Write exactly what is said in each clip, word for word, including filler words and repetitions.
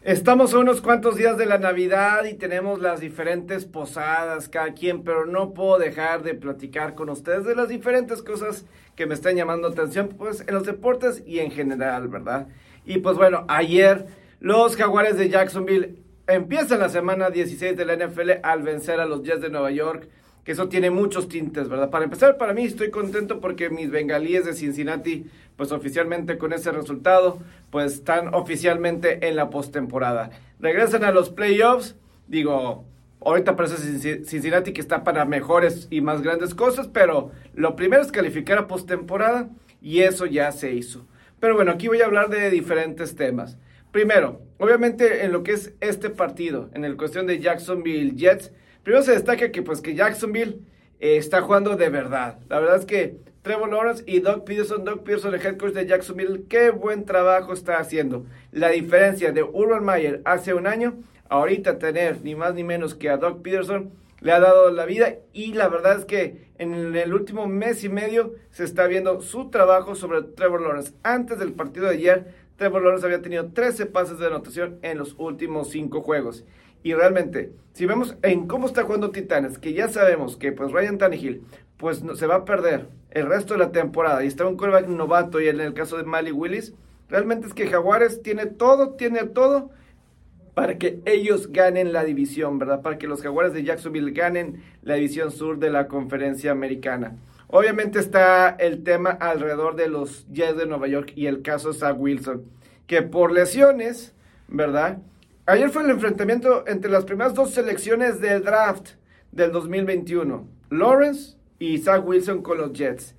Estamos a unos cuantos días de la Navidad y tenemos las diferentes posadas cada quien, pero no puedo dejar de platicar con ustedes de las diferentes cosas que me están llamando atención, pues en los deportes y en general, ¿verdad? Y pues bueno, ayer los Jaguares de Jacksonville empiezan la semana dieciséis de la N F L al vencer a los Jets de Nueva York, que eso tiene muchos tintes, ¿verdad? Para empezar, para mí estoy contento porque mis bengalíes de Cincinnati, pues oficialmente con ese resultado, pues están oficialmente en la postemporada. Regresan a los playoffs, digo, ahorita parece Cincinnati que está para mejores y más grandes cosas, pero lo primero es calificar a postemporada y eso ya se hizo. Pero bueno, aquí voy a hablar de diferentes temas. Primero, obviamente en lo que es este partido, en el cuestión de Jacksonville Jets, primero se destaca que pues que Jacksonville eh, está jugando de verdad. La verdad es que Trevor Lawrence y Doug Peterson, Doug Peterson, el head coach de Jacksonville, qué buen trabajo está haciendo. La diferencia de Urban Meyer hace un año, ahorita tener ni más ni menos que a Doug Peterson, le ha dado la vida y la verdad es que en el último mes y medio se está viendo su trabajo sobre Trevor Lawrence. Antes del partido de ayer, Trevor Lawrence había tenido trece pases de anotación en los últimos cinco juegos. Y realmente, si vemos en cómo está jugando Titanes, que ya sabemos que pues Ryan Tannehill pues no, se va a perder el resto de la temporada y está un quarterback novato y en el caso de Malik Willis, realmente es que Jaguares tiene todo, tiene todo para que ellos ganen la división, ¿verdad? Para que los Jaguares de Jacksonville ganen la división sur de la conferencia americana. Obviamente está el tema alrededor de los Jets de Nueva York y el caso Zach Wilson, que por lesiones, ¿verdad? Ayer fue el enfrentamiento entre las primeras dos selecciones del draft del dos mil veintiuno. Lawrence y Zach Wilson con los Jets.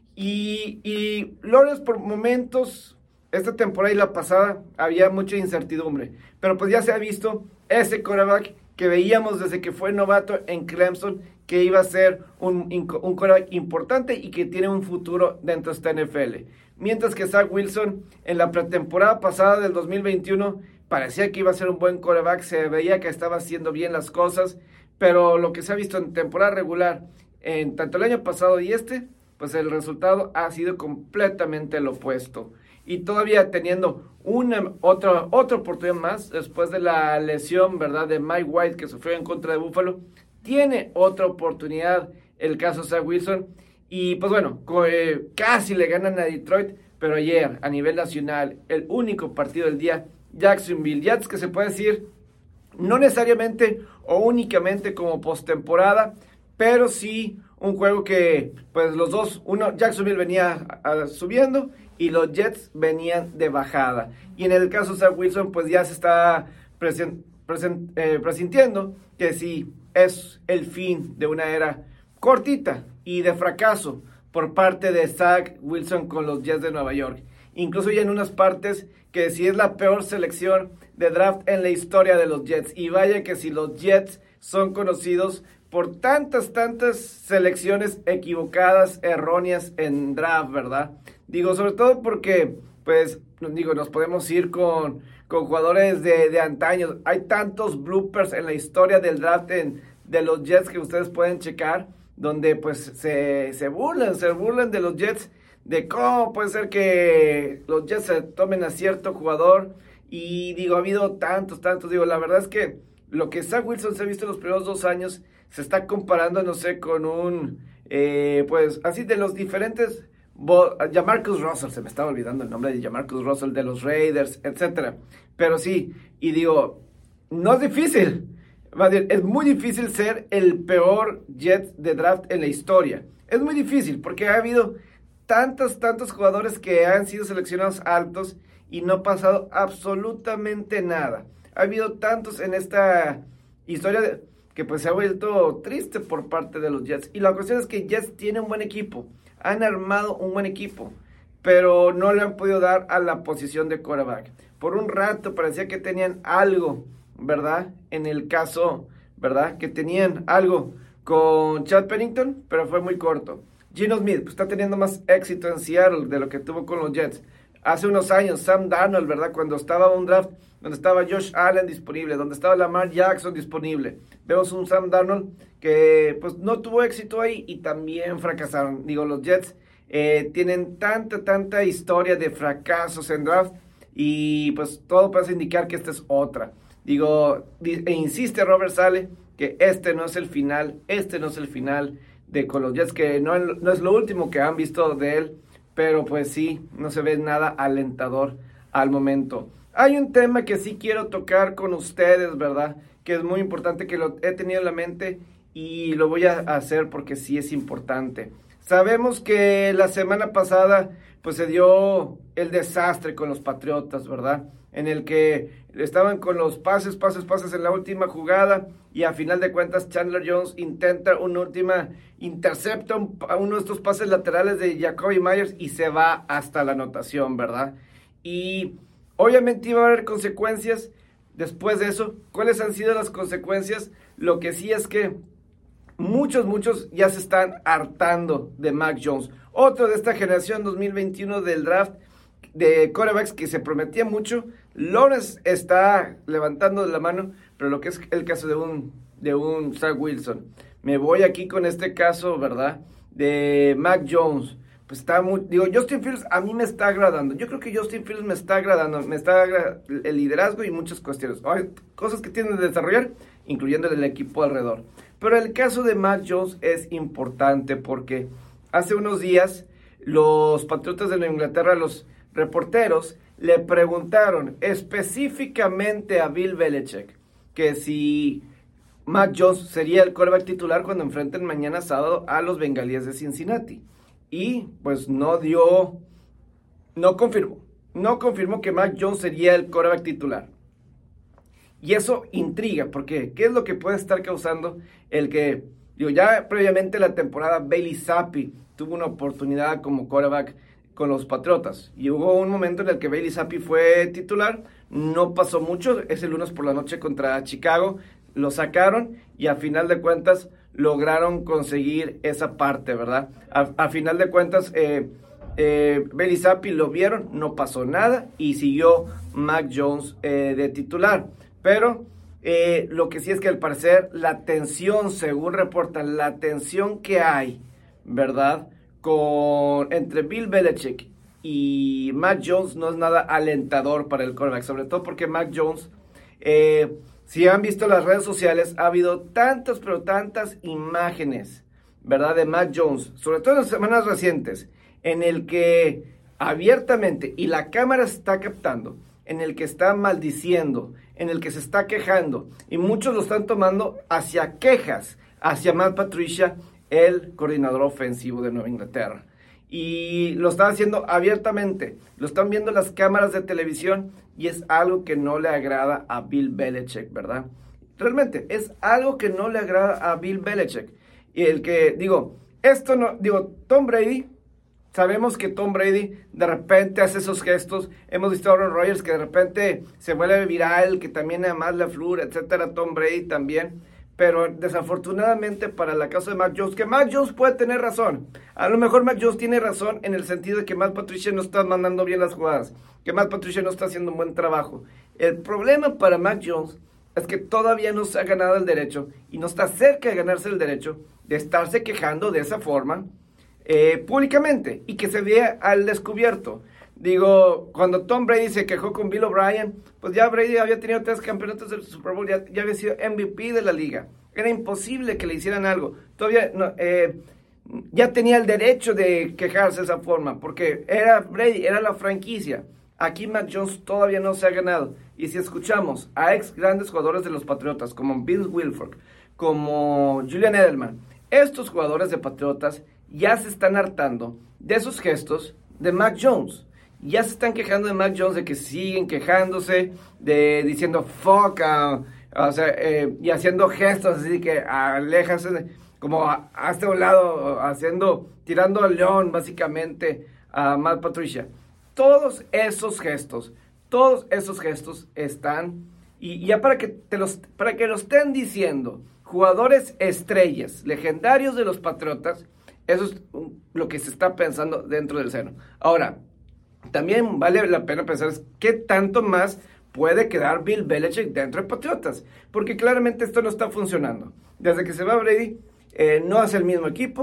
Y, y Lawrence por momentos, esta temporada y la pasada, había mucha incertidumbre. Pero pues ya se ha visto ese quarterback que veíamos desde que fue novato en Clemson, que iba a ser un, un quarterback importante y que tiene un futuro dentro de esta N F L. Mientras que Zach Wilson en la pretemporada pasada del dos mil veintiuno parecía que iba a ser un buen quarterback, se veía que estaba haciendo bien las cosas, pero lo que se ha visto en temporada regular, en tanto el año pasado y este, pues el resultado ha sido completamente el opuesto. Y todavía teniendo una otra, otra oportunidad más, después de la lesión, ¿verdad?, de Mike White que sufrió en contra de Buffalo, tiene otra oportunidad el caso Zach Wilson. Y pues bueno, eh, casi le ganan a Detroit, pero ayer a nivel nacional, el único partido del día, Jacksonville Jets, que se puede decir no necesariamente o únicamente como postemporada, pero sí un juego que pues los dos, uno Jacksonville venía a, subiendo y los Jets venían de bajada. Y en el caso de Zach Wilson pues ya se está presen, presen, eh, presintiendo que sí es el fin de una era cortita y de fracaso por parte de Zach Wilson con los Jets de Nueva York. Incluso ya en unas partes que si es la peor selección de draft en la historia de los Jets. Y vaya que si los Jets son conocidos por tantas, tantas selecciones equivocadas, erróneas en draft, ¿verdad? Digo, sobre todo porque, pues, digo, nos podemos ir con, con jugadores de, de antaño. Hay tantos bloopers en la historia del draft en, de los Jets que ustedes pueden checar, donde pues se, se burlan, se burlan de los Jets, de cómo puede ser que los Jets se tomen a cierto jugador. Y digo, ha habido tantos, tantos, digo, la verdad es que lo que Zach Wilson se ha visto en los primeros dos años se está comparando, no sé, con un, eh, pues, así de los diferentes, Jamarcus Russell, se me estaba olvidando el nombre de Jamarcus Russell, de los Raiders, etcétera. Pero sí, y digo, no es difícil, es muy difícil ser el peor Jet de draft en la historia. Es muy difícil porque ha habido tantos, tantos jugadores que han sido seleccionados altos y no ha pasado absolutamente nada. Ha habido tantos en esta historia de, que pues se ha vuelto triste por parte de los Jets. Y la cuestión es que Jets tiene un buen equipo, han armado un buen equipo, pero no le han podido dar a la posición de quarterback. Por un rato parecía que tenían algo, ¿verdad? En el caso, ¿verdad? Que tenían algo con Chad Pennington, pero fue muy corto. Geno Smith pues, está teniendo más éxito en Seattle de lo que tuvo con los Jets. Hace unos años, Sam Darnold, ¿verdad? Cuando estaba un draft donde estaba Josh Allen disponible, donde estaba Lamar Jackson disponible. Vemos un Sam Darnold que pues no tuvo éxito ahí y también fracasaron. Digo, los Jets eh, tienen tanta, tanta historia de fracasos en draft y pues todo parece indicar que esta es otra. Digo, e insiste Robert Saleh que este no es el final, este no es el final de con los Jets, que no, no es lo último que han visto de él, pero pues sí, no se ve nada alentador al momento. Hay un tema que sí quiero tocar con ustedes, ¿verdad? Que es muy importante, que lo he tenido en la mente y lo voy a hacer porque sí es importante. Sabemos que la semana pasada pues se dio el desastre con los Patriotas, ¿verdad? En el que estaban con los pases, pases, pases en la última jugada y a final de cuentas Chandler Jones intenta una última, intercepta un, uno de estos pases laterales de Jacoby Myers y se va hasta la anotación, ¿verdad? Y obviamente iba a haber consecuencias después de eso. ¿Cuáles han sido las consecuencias? Lo que sí es que muchos, muchos ya se están hartando de Mac Jones. Otro de esta generación dos mil veintiuno del draft de quarterbacks que se prometía mucho. Lawrence está levantando la mano, pero lo que es el caso de un, de un Zach Wilson. Me voy aquí con este caso, ¿verdad? De Mac Jones. Pues está muy, digo, Justin Fields a mí me está agradando. Yo creo que Justin Fields me está agradando, me está agradando el liderazgo y muchas cuestiones. Hay cosas que tienen que desarrollar, incluyendo el equipo alrededor. Pero el caso de Mac Jones es importante porque hace unos días los Patriotas de Nueva Inglaterra, los reporteros, le preguntaron específicamente a Bill Belichick que si Mac Jones sería el quarterback titular cuando enfrenten mañana sábado a los Bengalíes de Cincinnati. Y pues no dio, no confirmó, no confirmó que Mac Jones sería el quarterback titular. Y eso intriga, porque ¿qué es lo que puede estar causando el que, digo, ya previamente la temporada Bailey Zappi tuvo una oportunidad como quarterback con los Patriotas? Y hubo un momento en el que Bailey Zappi fue titular, no pasó mucho, ese lunes por la noche contra Chicago, lo sacaron y a final de cuentas lograron conseguir esa parte, ¿verdad? A, a final de cuentas, eh, eh, Bailey Zappi lo vieron, no pasó nada y siguió Mac Jones eh, de titular. Pero eh, lo que sí es que al parecer la tensión, según reportan, la tensión que hay, ¿verdad? Con, entre Bill Belichick y Mac Jones no es nada alentador para el quarterback, sobre todo porque Mac Jones, eh, si han visto las redes sociales, ha habido tantas, pero tantas imágenes, ¿verdad? De Mac Jones, sobre todo en las semanas recientes, en el que abiertamente, y la cámara está captando, en el que está maldiciendo, en el que se está quejando, y muchos lo están tomando hacia quejas, hacia Matt Patricia, el coordinador ofensivo de Nueva Inglaterra. Y lo está haciendo abiertamente, lo están viendo las cámaras de televisión, y es algo que no le agrada a Bill Belichick, ¿verdad? Realmente, es algo que no le agrada a Bill Belichick. Y el que, digo, esto no, digo, Tom Brady, sabemos que Tom Brady de repente hace esos gestos. Hemos visto a Aaron Rodgers que de repente se vuelve viral, que también además la flura, etcétera. Tom Brady también. Pero desafortunadamente para la causa de Mac Jones, que Mac Jones puede tener razón. A lo mejor Mac Jones tiene razón en el sentido de que Matt Patricia no está mandando bien las jugadas, que Matt Patricia no está haciendo un buen trabajo. El problema para Mac Jones es que todavía no se ha ganado el derecho y no está cerca de ganarse el derecho de estarse quejando de esa forma eh, públicamente y que se vea al descubierto. Digo, cuando Tom Brady se quejó con Bill O'Brien, pues ya Brady había tenido tres campeonatos del Super Bowl, ya, ya había sido M V P de la liga. Era imposible que le hicieran algo. Todavía no, eh, ya tenía el derecho de quejarse de esa forma, porque era Brady, era la franquicia. Aquí Mac Jones todavía no se ha ganado. Y si escuchamos a ex grandes jugadores de los Patriotas, como Bill Wilfork, como Julian Edelman, estos jugadores de Patriotas ya se están hartando de esos gestos de Mac Jones. Ya se están quejando de Mac Jones, de que siguen quejándose, de diciendo fuck, uh, o sea, eh, y haciendo gestos así que aléjase, de, como a, hasta un lado, haciendo, tirando al león básicamente a Matt Patricia. Todos esos gestos, todos esos gestos están, y ya para que, te los, para que lo estén diciendo jugadores estrellas, legendarios de los Patriotas, eso es lo que se está pensando dentro del seno. Ahora, también vale la pena pensar qué tanto más puede quedar Bill Belichick dentro de Patriotas, porque claramente esto no está funcionando. Desde que se va Brady, eh, no es el mismo equipo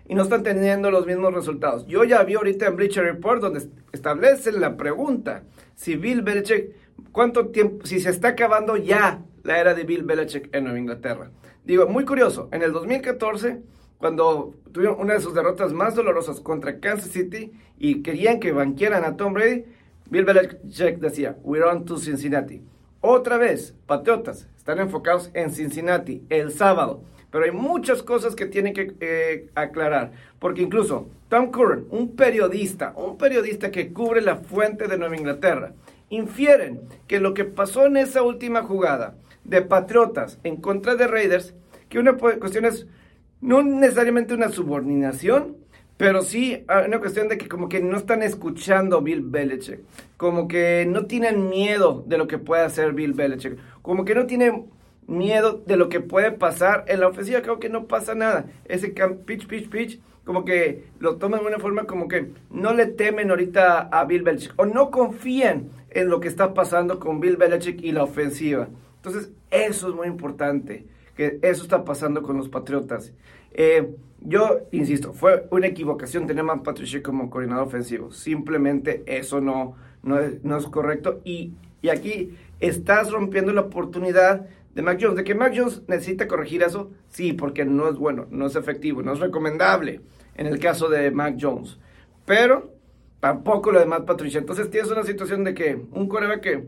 y no están teniendo los mismos resultados. Yo ya vi ahorita en Bleacher Report donde establecen la pregunta si Bill Belichick, cuánto tiempo, si se está acabando ya la era de Bill Belichick en Nueva Inglaterra. Digo, muy curioso, en el dos mil catorce, cuando tuvieron una de sus derrotas más dolorosas contra Kansas City y querían que banquearan a Tom Brady, Bill Belichick decía, we're on to Cincinnati. Otra vez, Patriotas están enfocados en Cincinnati el sábado, pero hay muchas cosas que tienen que eh, aclarar, porque incluso Tom Curran, un periodista, un periodista que cubre la fuente de Nueva Inglaterra, infieren que lo que pasó en esa última jugada de Patriotas en contra de Raiders, que una cuestión es no necesariamente una subordinación, pero sí una cuestión de que como que no están escuchando a Bill Belichick, como que no tienen miedo de lo que puede hacer Bill Belichick, como que no tienen miedo de lo que puede pasar en la ofensiva. Creo que no pasa nada, ese pitch, pitch, pitch, como que lo toman de una forma como que no le temen ahorita a Bill Belichick, o no confían en lo que está pasando con Bill Belichick y la ofensiva. Entonces, eso es muy importante, que eso está pasando con los Patriotas. Eh, yo, insisto, fue una equivocación tener a Matt Patricia como coordinador ofensivo. Simplemente eso no, no, es, no es correcto. Y, y aquí estás rompiendo la oportunidad de Mac Jones. De que Mac Jones necesita corregir eso, sí, porque no es bueno, no es efectivo, no es recomendable en el caso de Mac Jones. Pero tampoco lo de Matt Patricia. Entonces tienes una situación de que un quarterback que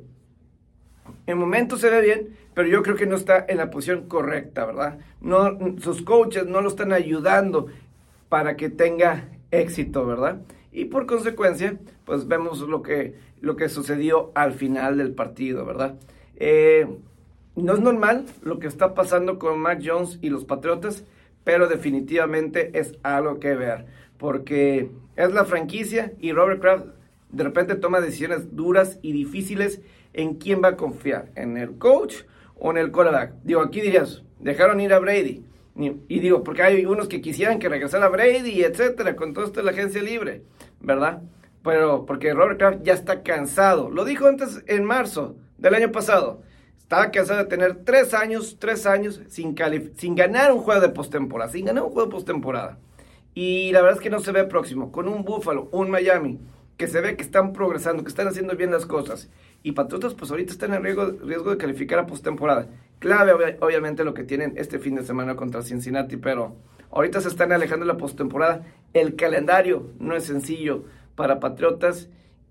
en momentos se ve bien, pero yo creo que no está en la posición correcta, ¿verdad? No, sus coaches no lo están ayudando para que tenga éxito, ¿verdad? Y por consecuencia, pues vemos lo que, lo que sucedió al final del partido, ¿verdad? Eh, no es normal lo que está pasando con Mac Jones y los Patriotas, pero definitivamente es algo que ver, porque es la franquicia y Robert Kraft de repente toma decisiones duras y difíciles en quién va a confiar, en el coach o en el quarterback. Digo, aquí dirías, dejaron ir a Brady. Y, y digo, porque hay unos que quisieran que regresara Brady, etcétera, con todo esto de la agencia libre, ¿verdad? Pero porque Robert Kraft ya está cansado. Lo dijo antes en marzo del año pasado. Estaba cansado de tener tres años, tres años sin, calif- sin ganar un juego de postemporada, sin ganar un juego de postemporada. Y la verdad es que no se ve próximo. Con un Buffalo, un Miami, que se ve que están progresando, que están haciendo bien las cosas. Y Patriotas, pues ahorita están en riesgo, riesgo de calificar a postemporada. Clave, ob- obviamente, lo que tienen este fin de semana contra Cincinnati, pero ahorita se están alejando de la postemporada. El calendario no es sencillo para Patriotas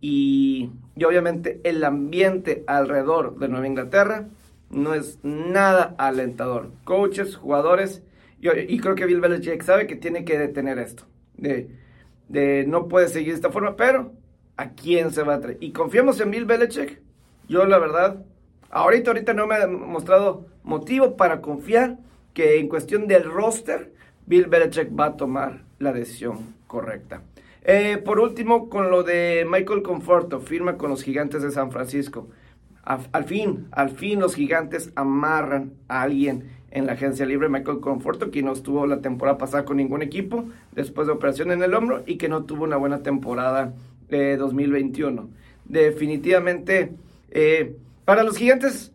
y, y obviamente el ambiente alrededor de Nueva Inglaterra no es nada alentador. Coaches, jugadores, y, y creo que Bill Belichick sabe que tiene que detener esto. De, de no puede seguir de esta forma, pero ¿a quién se va a traer? ¿Y confiamos en Bill Belichick? Yo, la verdad, ahorita, ahorita no me ha mostrado motivo para confiar que en cuestión del roster, Bill Belichick va a tomar la decisión correcta. Eh, por último, con lo de Michael Conforto, firma con los Gigantes de San Francisco. A, al fin, al fin los Gigantes amarran a alguien en la agencia libre. Michael Conforto, quien no estuvo la temporada pasada con ningún equipo, después de operación en el hombro, y que no tuvo una buena temporada de dos mil veintiuno. Definitivamente, eh, para los Gigantes,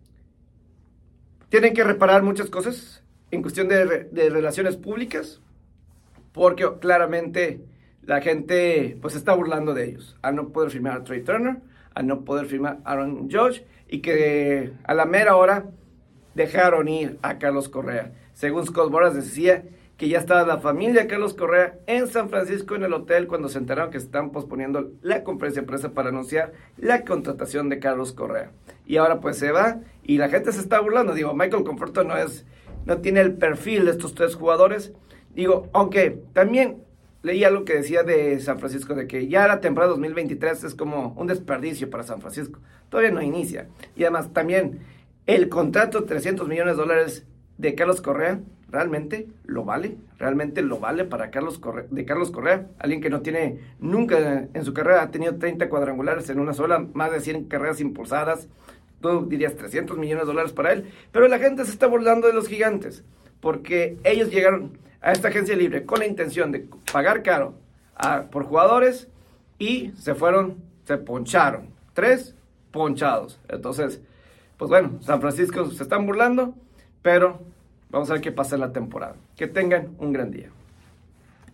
tienen que reparar muchas cosas en cuestión de, de relaciones públicas, porque claramente la gente pues está burlando de ellos, al no poder firmar a Trey Turner, al no poder firmar a Aaron Judge, y que a la mera hora dejaron ir a Carlos Correa. Según Scott Boras decía que ya estaba la familia de Carlos Correa en San Francisco en el hotel cuando se enteraron que están posponiendo la conferencia de prensa para anunciar la contratación de Carlos Correa. Y ahora pues se va y la gente se está burlando. Digo, Michael Conforto no es, no tiene el perfil de estos tres jugadores. Digo, aunque también leí algo que decía de San Francisco, de que ya la temporada dos mil veintitrés es como un desperdicio para San Francisco. Todavía no inicia. Y además también el contrato de trescientos millones de dólares de Carlos Correa, ¿realmente lo vale? ¿Realmente lo vale para Carlos Correa, de Carlos Correa? Alguien que no tiene, nunca en su carrera ha tenido treinta cuadrangulares en una sola, más de cien carreras impulsadas. Tú dirías trescientos millones de dólares para él. Pero la gente se está burlando de los Gigantes, porque ellos llegaron a esta agencia libre con la intención de pagar caro a, por jugadores, y se fueron, se poncharon. Tres ponchados. Entonces, pues bueno, San Francisco se están burlando, pero vamos a ver qué pasa en la temporada. Que tengan un gran día.